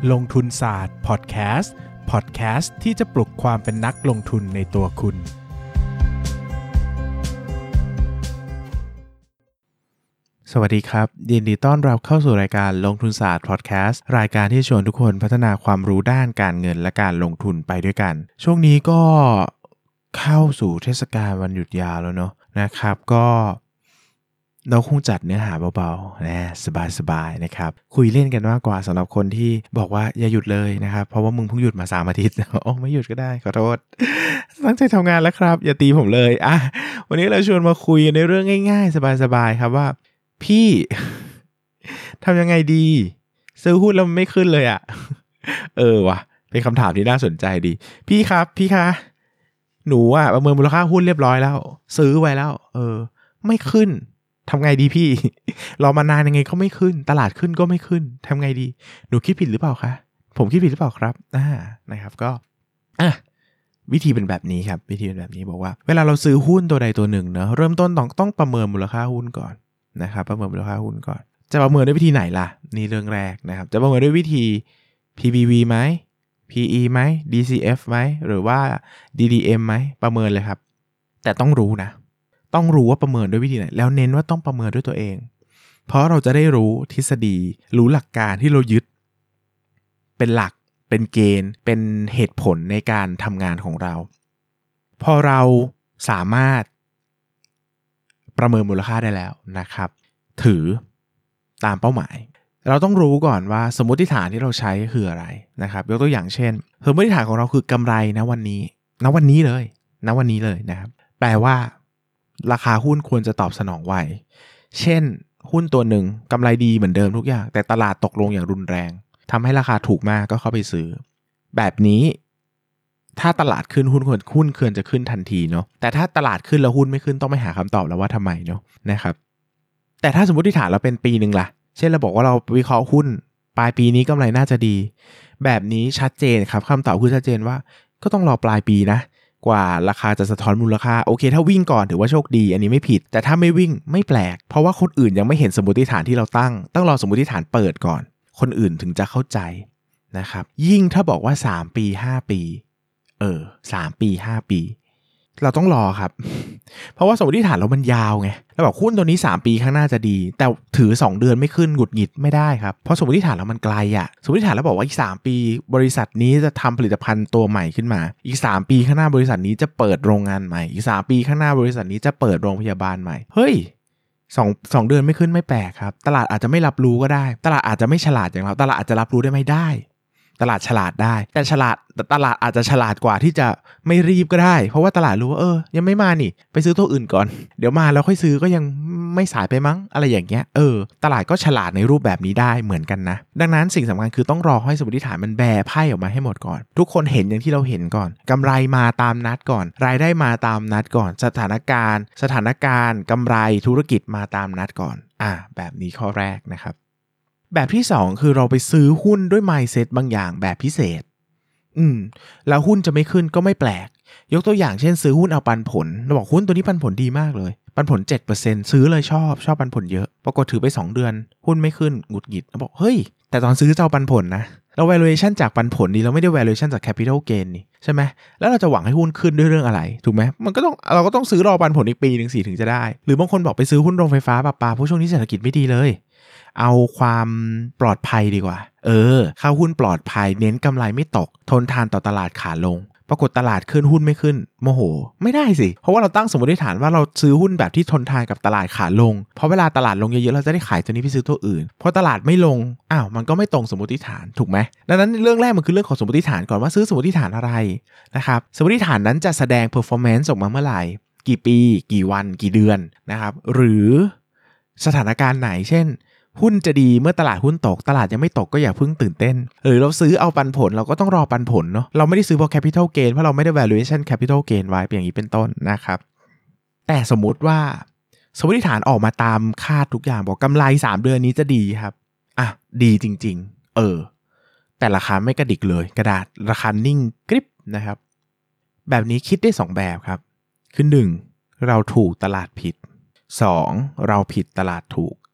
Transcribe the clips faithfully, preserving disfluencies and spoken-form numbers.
ลงทุนศาสตร์พอดแคสต์พอดแคสต์ที่จะปลุกความเป็นนักลงทุนในตัวคุณสวัสดีครับยินดีต้อนรับเข้าสู่รายการลงทุนศาสตร์พอดแคสต์รายการที่ชวนทุกคนพัฒนาความรู้ด้านการเงินและการลงทุนไปด้วยกันช่วงนี้ก็เข้าสู่เทศกาลวันหยุดยาวแล้วเนาะนะครับก็เราคงจัดเนื้อหาเบาๆนะสบายๆนะครับคุยเล่นกันมากกว่าสำหรับคนที่บอกว่าอย่าหยุดเลยนะครับเพราะว่ามึงเพิ่งหยุดมาสามอาทิตย์โอ้ไม่หยุดก็ได้ขอโทษตั้งใจทำงานแล้วครับอย่าตีผมเลยอ่ะวันนี้เราชวนมาคุยในเรื่องง่ายๆสบายๆครับว่าพี่ทำยังไงดีซื้อหุ้นแล้วมันไม่ขึ้นเลยอ่ะเออว่ะเป็นคำถามที่น่าสนใจดีพี่ครับพี่คะหนูอ่ะประเมินมูลค่าหุ้นเรียบร้อยแล้วซื้อไว้แล้วเออไม่ขึ้นทำไงดีพี่รอมานานยังไงก็ไม่ขึ้นตลาดขึ้นก็ไม่ขึ้นทำไงดีหนูคิดผิดหรือเปล่าคะผมคิดผิดหรือเปล่าครับอ่านะครับก็อ่ะวิธีเป็นแบบนี้ครับวิธีเป็นแบบนี้บอกว่าเวลาเราซื้อหุ้นตัวใดตัวหนึ่งเนาะเริ่มต้นต้องต้องประเมินมูลค่าหุ้นก่อนนะครับประเมินมูลค่าหุ้นก่อนจะประเมินด้วยวิธีไหนล่ะนี่เรื่องแรกนะครับจะประเมินด้วยวิธี พี บี วี ไหม พี อี ไหม ดี ซี เอฟ ไหมหรือว่า ดี ดี เอ็ม ไหมประเมินเลยครับแต่ต้องรู้นะต้องรู้ว่าประเมินด้วยวิธีไหนแล้วเน้นว่าต้องประเมินด้วยตัวเองเพราะเราจะได้รู้ทฤษฎีรู้หลักการที่เรายึดเป็นหลักเป็นเกณฑ์เป็นเหตุผลในการทำงานของเราพอเราสามารถประเมินมูลค่าได้แล้วนะครับถือตามเป้าหมายเราต้องรู้ก่อนว่าสมมติฐานที่เราใช้คืออะไรนะครับยกตัวอย่างเช่นสมมติฐานของเราคือกำไรณวันนี้ณวันนี้เลยณวันนี้เลยนะครับแปลว่าราคาหุ้นควรจะตอบสนองไวเช่นหุ้นตัวหนึ่งกำไรดีเหมือนเดิมทุกอย่างแต่ตลาดตกลงอย่างรุนแรงทำให้ราคาถูกมากก็เข้าไปซื้อแบบนี้ถ้าตลาดขึ้นหุ้นควรหุ้นควรจะขึ้นทันทีเนาะแต่ถ้าตลาดขึ้นแล้วหุ้นไม่ขึ้นต้องไปหาคำตอบแล้วว่าทำไมเนาะนะครับแต่ถ้าสมมติฐานเราเป็นปีนึงล่ะเช่นเราบอกว่าเราวิเคราะห์หุ้นปลายปีนี้กำไรน่าจะดีแบบนี้ชัดเจนครับคำตอบคือชัดเจนว่าก็ต้องรอปลายปีนะกว่าราคาจะสะท้อนมูลค่าโอเคถ้าวิ่งก่อนถือว่าโชคดีอันนี้ไม่ผิดแต่ถ้าไม่วิ่งไม่แปลกเพราะว่าคนอื่นยังไม่เห็นสมมติฐานที่เราตั้งต้องรอสมมติฐานเปิดก่อนคนอื่นถึงจะเข้าใจนะครับยิ่งถ้าบอกว่าสามปีห้าปีเออสามปีห้าปีเราต้องรอครับเพราะว่าสมมติฐานเรามันยาวไงเราบอกหุ้นตัวนี้สามปีข้างหน้าจะดีแต่ถือสองเดือนไม่ขึ้นหงุดหงิดไม่ได้ครับเพราะสมมติฐานเรามันไกลอ่ะสมมติฐานเราบอกว่าอีกสามปีบริษัทนี้จะทำผลิตภัณฑ์ตัวใหม่ขึ้นมาอีกสามปีข้างหน้าบริษัทนี้จะเปิดโรงงานใหม่อีกสามปีข้างหน้าบริษัทนี้จะเปิดโรงพยาบาลใหม่เฮ้ยสอง สองเดือนไม่ขึ้นไม่แปลกครับตลาดอาจจะไม่รับรู้ก็ได้ตลาดอาจจะไม่ฉลาดอย่างเราตลาดอาจจะรับรู้ได้ไม่ได้ตลาดฉลาดได้แต่ฉลาดตลาดอาจจะฉลาดกว่าที่จะไม่รีบก็ได้เพราะว่าตลาดรู้ว่าเออยังไม่มานี่ไปซื้อตัวอื่นก่อนเดี๋ยวมาแล้วค่อยซื้อก็ยังไม่สายไปมั้งอะไรอย่างเงี้ยเออตลาดก็ฉลาดในรูปแบบนี้ได้เหมือนกันนะดังนั้นสิ่งสำคัญคือต้องรอให้สมมติฐานมันแบร์ไพ่ออกมาให้หมดก่อนทุกคนเห็นอย่างที่เราเห็นก่อนกำไรมาตามนัดก่อนรายได้มาตามนัดก่อนสถานการณ์สถานการณ์กำไรธุรกิจมาตามนัดก่อนอ่าแบบนี้ข้อแรกนะครับแบบที่สองคือเราไปซื้อหุ้นด้วย mindset บางอย่างแบบพิเศษอืมแล้วหุ้นจะไม่ขึ้นก็ไม่แปลกยกตัวอย่างเช่นซื้อหุ้นเอาปันผลเราบอกหุ้นตัวนี้ปันผลดีมากเลยปันผล เจ็ดเปอร์เซ็นต์ ซื้อเลยชอบชอบปันผลเยอะปรากฏถือไปสองเดือนหุ้นไม่ขึ้นหงุดหงิดเราบอกเฮ้ยแต่ตอนซื้อเจ้าปันผลนะเรา valuation จากปันผลดีเราไม่ได้ valuation จาก capital gain นี่ใช่ไหมแล้วเราจะหวังให้หุ้นขึ้นด้วยเรื่องอะไรถูกไหมมันก็ต้องเราก็ต้องซื้อรอปันผลอีกปีนึงสิถึงจะได้หรือบางคนบอกไปซื้อหุ้นโรงไฟฟ้าประปาเพราะช่วงนี้เศรษฐกิจไม่ดีเลยเอาความปลอดภัยดีกว่าเออเข้าหุ้นปลอดภัยเน้นกำไรไม่ตกทนทานต่อตลาดขาลงปรากฏตลาดขึ้นหุ้นไม่ขึ้นโมโหไม่ได้สิเพราะว่าเราตั้งสมมติฐานว่าเราซื้อหุ้นแบบที่ทนทานกับตลาดขาลงเพราะเวลาตลาดลงเยอะๆเราจะได้ขายตัวนี้ไปซื้อตัวอื่นเพราะตลาดไม่ลงอ้าวมันก็ไม่ตรงสมมติฐานถูกไหมดังนั้นเรื่องแรกมันคือเรื่องของสมมติฐานก่อนว่าซื้อสมมติฐานอะไรนะครับสมมติฐานนั้นจะแสดง performance ออกมาเมื่อไหร่กี่ปีกี่วันกี่เดือนนะครับหรือสถานการณ์ไหนเช่นหุ้นจะดีเมื่อตลาดหุ้นตกตลาดยังไม่ตกก็อย่าเพิ่งตื่นเต้นหรือเราซื้อเอาปันผลเราก็ต้องรอปันผลเนาะเราไม่ได้ซื้อเพราะ capital gain เพราะเราไม่ได้ valuation capital gain ไว้เป็นอย่างนี้เป็นต้นนะครับแต่สมมุติว่าสมมติฐานออกมาตามคาดทุกอย่างบอกกำไรสามเดือนนี้จะดีครับอ่ะดีจริงๆเออแต่ราคาไม่กระดิกเลยกระดาษราคานิ่งกริบนะครับแบบนี้คิดได้สองแบบครับคือหนึ่งเราถูกตลาดผิดสองเราผิดตลาดถูก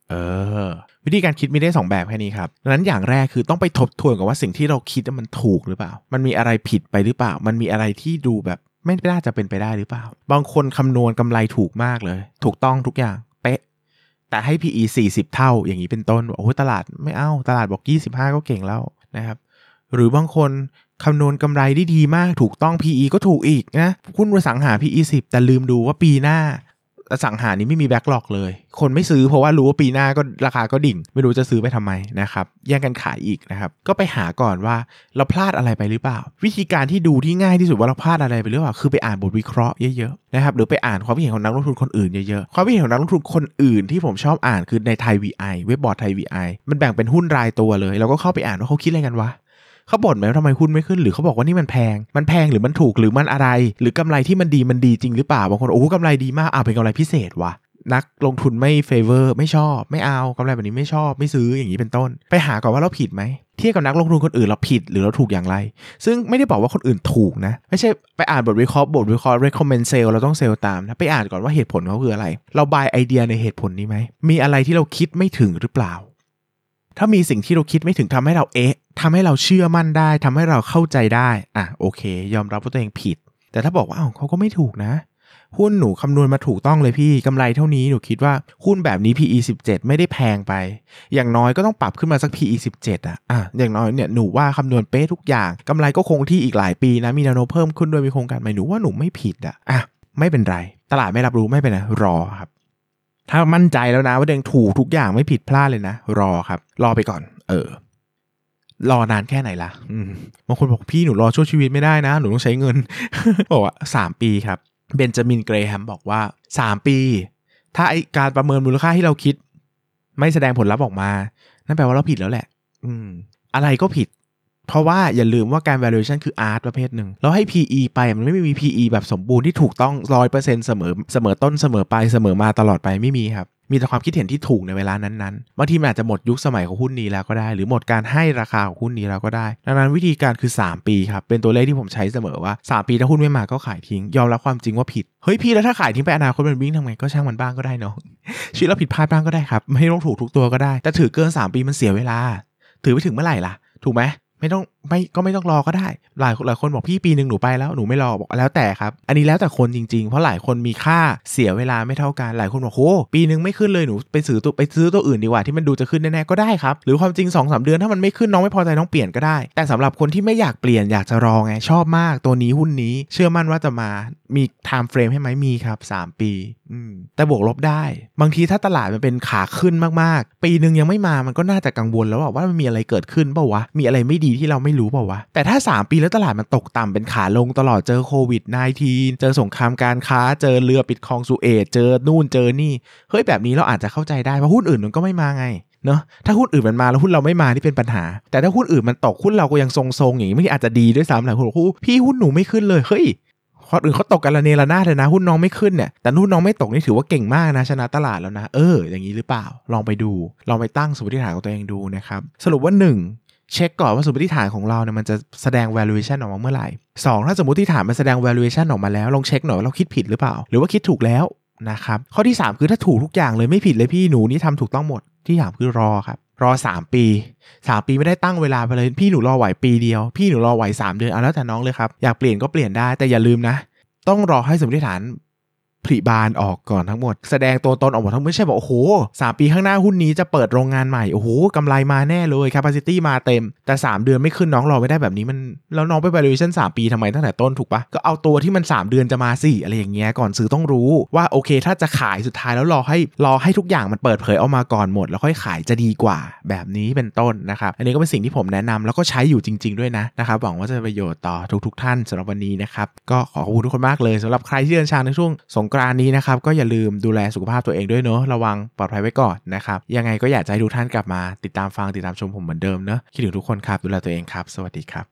เออวิธีการคิดมีได้สองแบบแค่นี้ครับดังนั้นอย่างแรกคือต้องไปทบทวนกับว่าสิ่งที่เราคิดมันถูกหรือเปล่ามันมีอะไรผิดไปหรือเปล่ามันมีอะไรที่ดูแบบไม่น่าจะเป็นไปได้หรือเปล่าบางคนคำนวณกำไรถูกมากเลยถูกต้องทุกอย่างเป๊ะแต่ให้ พี อี สี่สิบเท่าอย่างนี้เป็นต้นโอ้โหตลาดไม่เอาตลาดบอกยี่สิบห้าก็เก่งแล้วนะครับหรือบางคนคำนวณกำไรได้ดีมากถูกต้อง พี อี ก็ถูกอีกนะหุ้นอสังหา พี อี สิบแต่ลืมดูว่าปีหน้าอสังหานี้ไม่มีแบ็คล็อกเลยคนไม่ซื้อเพราะว่ารู้ว่าปีหน้าก็ราคาก็ดิ่งไม่รู้จะซื้อไปทำไมนะครับแย่งกันขายอีกนะครับก็ไปหาก่อนว่าเราพลาดอะไรไปหรือเปล่าวิธีการที่ดูที่ง่ายที่สุดว่าเราพลาดอะไรไปหรือเปล่าคือไปอ่านบทวิเคราะห์เยอะๆนะครับหรือไปอ่านความคิดเห็นของนักลงทุนคนอื่นเยอะๆความคิดเห็นของนักลงทุนคนอื่นที่ผมชอบอ่านคือในไทย วี ไอ เว็บบอร์ดไทย วี ไอ มันแบ่งเป็นหุ้นรายตัวเลยเราก็เข้าไปอ่านว่าเขาคิดอะไรกันวะเขาบ่นไหมว่าทำไมหุ้นไม่ขึ้นหรือเขาบอกว่านี่มันแพงมันแพงหรือมันถูกหรือมันอะไรหรือกำไรที่มันดีมันดีจริงหรือเปล่าบางคนโอ้กำไรดีมากอ่ะเป็นกำไรพิเศษวะนักลงทุนไม่เฟเวอร์ไม่ชอบไม่เอากำไรแบบนี้ไม่ชอบไม่ซื้ออย่างนี้เป็นต้นไปหาก่อนว่าเราผิดไหมเทียบกับนักลงทุนคนอื่นเราผิดหรือเราถูกอย่างไรซึ่งไม่ได้บอกว่าคนอื่นถูกนะไม่ใช่ไปอ่านบทวิเคราะห์บทวิเคราะห์ recommend sell เราต้องเซลล์ตามนะไปอ่านก่อนว่าเหตุผลเขาคืออะไรเรา buy ไอเดียในเหตุผลนี้ไหมมีอะไรที่เราคิดไม่ถึงหรือเปล่าถ้ามีสิ่งที่เราคิดไม่ถึงทำให้เราเอ๊ะทำให้เราเชื่อมั่นได้ทำให้เราเข้าใจได้อ่ะโอเคยอมรับว่าตัวเองผิดแต่ถ้าบอกว่าอ้าวเขาก็ไม่ถูกนะหุ้นหนูคำนวณมาถูกต้องเลยพี่กำไรเท่านี้หนูคิดว่าหุ้นแบบนี้ พี อี สิบเจ็ดไม่ได้แพงไปอย่างน้อยก็ต้องปรับขึ้นมาสัก พี อี สิบเจ็ดอ่ะอ่ะอย่างน้อยเนี่ยหนูว่าคำนวณเป๊ะทุกอย่างกำไรก็คงที่อีกหลายปีนะมีแนวโน้มเพิ่มขึ้นด้วยมีโครงการใหม่หนูว่าหนูไม่ผิดอ่ะอ่ะไม่เป็นไรตลาดไม่รับรู้ไม่เป็นไรรอครับถ้ามั่นใจแล้วนะว่าเด้งถูกทุกอย่างไม่ผิดพลาดเลยนะรอครับรอไปก่อนเออรอนานแค่ไหนล่ะบางคนบอกพี่หนูรอชั่วชีวิตไม่ได้นะหนูต้องใช้เงิน บอกว่าสามปีครับเบนจามินเกรแฮมบอกว่าสามปีถ้าไอการประเมินมูลค่าที่เราคิดไม่แสดงผลลัพธ์ออกมานั่นแปลว่าเราผิดแล้วแหละอืมอะไรก็ผิดเพราะว่าอย่าลืมว่าการ valuation คือ art ประเภทหนึ่งเราให้ พี อี ไปมันไม่มี พี อี แบบสมบูรณ์ที่ถูกต้อง ร้อยเปอร์เซ็นต์ เสมอเสมอต้นเสมอปลายเสมอมาตลอดไปไม่มีครับมีแต่ความคิดเห็นที่ถูกในเวลานั้นๆบางทีมันอาจจะหมดยุคสมัยของหุ้นนี้แล้วก็ได้หรือหมดการให้ราคาของหุ้นนี้แล้วก็ได้ดังนั้นวิธีการคือสามปีครับเป็นตัวเลขที่ผมใช้เสมอว่าสามปีถ้าหุ้นไม่มาก็ขายทิ้งยอมรับความจริงว่าผิดเฮ้ยพี่แล้วถ้าขายทิ้งไปอนาคตมันวิ่งทำไงก็ช่างมันบ้างก็ได้เนาะชีวิตเราผิดพลาดบ้างก็ได้ครับไม่ต้องถูกทุกตัวก็ได้แต่ถือเกินสามปีมันเสียเวลาถือไปถึงเมื่อไหร่ล่ะถูกไหมไม่ต้องไม่ก็ไม่ต้องรอก็ได้หลายหลายคนบอกพี่ปีนึงหนูไปแล้วหนูไม่รอบอกแล้วแต่ครับอันนี้แล้วแต่คนจริงๆเพราะหลายคนมีค่าเสียเวลาไม่เท่ากันหลายคนบอกโหปีนึงไม่ขึ้นเลยหนูไปซื้อตัวไปซื้อตัวอื่นดีกว่าที่มันดูจะขึ้นแน่ๆก็ได้ครับหรือความจริง สองถึงสาม เดือนถ้ามันไม่ขึ้นน้องไม่พอใจน้องเปลี่ยนก็ได้แต่สำหรับคนที่ไม่อยากเปลี่ยนอยากจะรอไงชอบมากตัวนี้หุ้นนี้เชื่อมั่นว่าจะมามี time frame ให้ไหมมีครับสามปีอืมแต่บวกลบได้บางทีถ้าตลาดมันเป็นขาขึ้นมากๆปีนึงยังไม่มามันก็น่าจะกังวลแล้วว่ามันมีอะไรเกิดขึ้นเปล่าวะมีอะไรไม่ดีที่เราไม่รู้เปล่าวะแต่ถ้าสามปีแล้วตลาดมันตกต่ำเป็นขาลงตลอดเจอโควิด สิบเก้า เจอสงครามการค้าเจอเรือปิดคลองสุเอตเจอนู่นเจอนี่เฮ้ยแบบนี้เราอาจจะเข้าใจได้เพราะหุ้นอื่นมันก็ไม่มาไงเนาะถ้าหุ้นอื่นมันมาแล้วหุ้นเราไม่มานี่เป็นปัญหาแต่ถ้าหุ้นอื่นมันตกหุ้นเราก็ยังทรงๆอย่างนี้ไม่อาจจะดีด้วยซ้ำหลายคนบอกพี่หุ้นหนูไม่ขึ้นเลยเฮ้ยคนอื่นเขาตกกันละเนระนาดเลยนะหุ้นน้องไม่ขึ้นเนี่ยแต่หุ้นน้องไม่ตกนี่ถือว่าเก่งมากนะชนะตลาดแล้วนะเอออย่างนี้หรือเปล่าลองไปดูลองไปตั้งสมมติฐานของตัวเองดูนะครับสรุปว่าหนึ่งเช็คก่อนว่าสมมติฐานของเราเนี่ยมันจะแสดง valuation ออกมาเมื่อไหร่สองถ้าสมมติฐานมันแสดง valuation ออกมาแล้วลองเช็คหน่อยว่าเราคิดผิดหรือเปล่าหรือว่าคิดถูกแล้วนะครับข้อที่สามคือถ้าถูกทุกอย่างเลยไม่ผิดเลยพี่หนูนี่ทำถูกต้องหมดที่สามคือรอครับรอสามปีสามปีไม่ได้ตั้งเวลาไปเลยพี่หนูรอไหวปีเดียวพี่หนูรอไหวสามเดือนเอาแล้วแต่น้องเลยครับอยากเปลี่ยนก็เปลี่ยนได้แต่อย่าลืมนะต้องรอให้สมมติฐานผลิบานออกก่อนทั้งหมดแสดงตัวตนออกหมดทั้งไม่ใช่บอกโอ้โหสามปีข้างหน้าหุ้นนี้จะเปิดโรงงานใหม่โอ้โหกำไรมาแน่เลย capacity มาเต็มแต่สามเดือนไม่ขึ้นน้องรอไม่ได้แบบนี้มันแล้วน้องไป valuation สามปีทำไมตั้งแต่ต้นถูกปะก็เอาตัวที่มันสามเดือนจะมาสิอะไรอย่างเงี้ยก่อนซื้อต้องรู้ว่าโอเคถ้าจะขายสุดท้ายแล้วรอให้รอให้ทุกอย่างมันเปิดเผยออกมาก่อนหมดแล้วค่อยขายจะดีกว่าแบบนี้เป็นต้นนะครับอันนี้ก็เป็นสิ่งที่ผมแนะนำแล้วก็ใช้อยู่จริงๆด้วยนะนะครับหวังว่าจะเป็นประโยชน์ต่อทุกๆท่านสำหรับวันนี้นะครับก็ขอขอบคุณทุกคนมากเลยสำหรับใครที่เดินทางในช่วงสงกรานต์นี้นะครับก็อย่าลืมดูแลสุขภาพตัวเองด้วยเนอะระวังปลอดภัยไว้ก่อนนะครับยังไงก็อยากจะให้ทุกท่านกลับมาติดตามฟังติดตามชมผมเหมือนเดิมเนอะคิดถึงทุกคนครับดูแลตัวเองครับสวัสดีครับ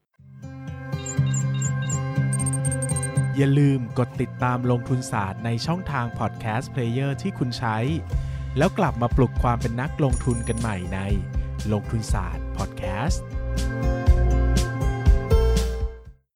อย่าลืมกดติดตามลงทุนศาสตร์ในช่องทางพอดแคสต์เพลเยอร์ที่คุณใช้แล้วกลับมาปลุกความเป็นนักลงทุนกันใหม่ในลงทุนศาสตร์พอดแคสต์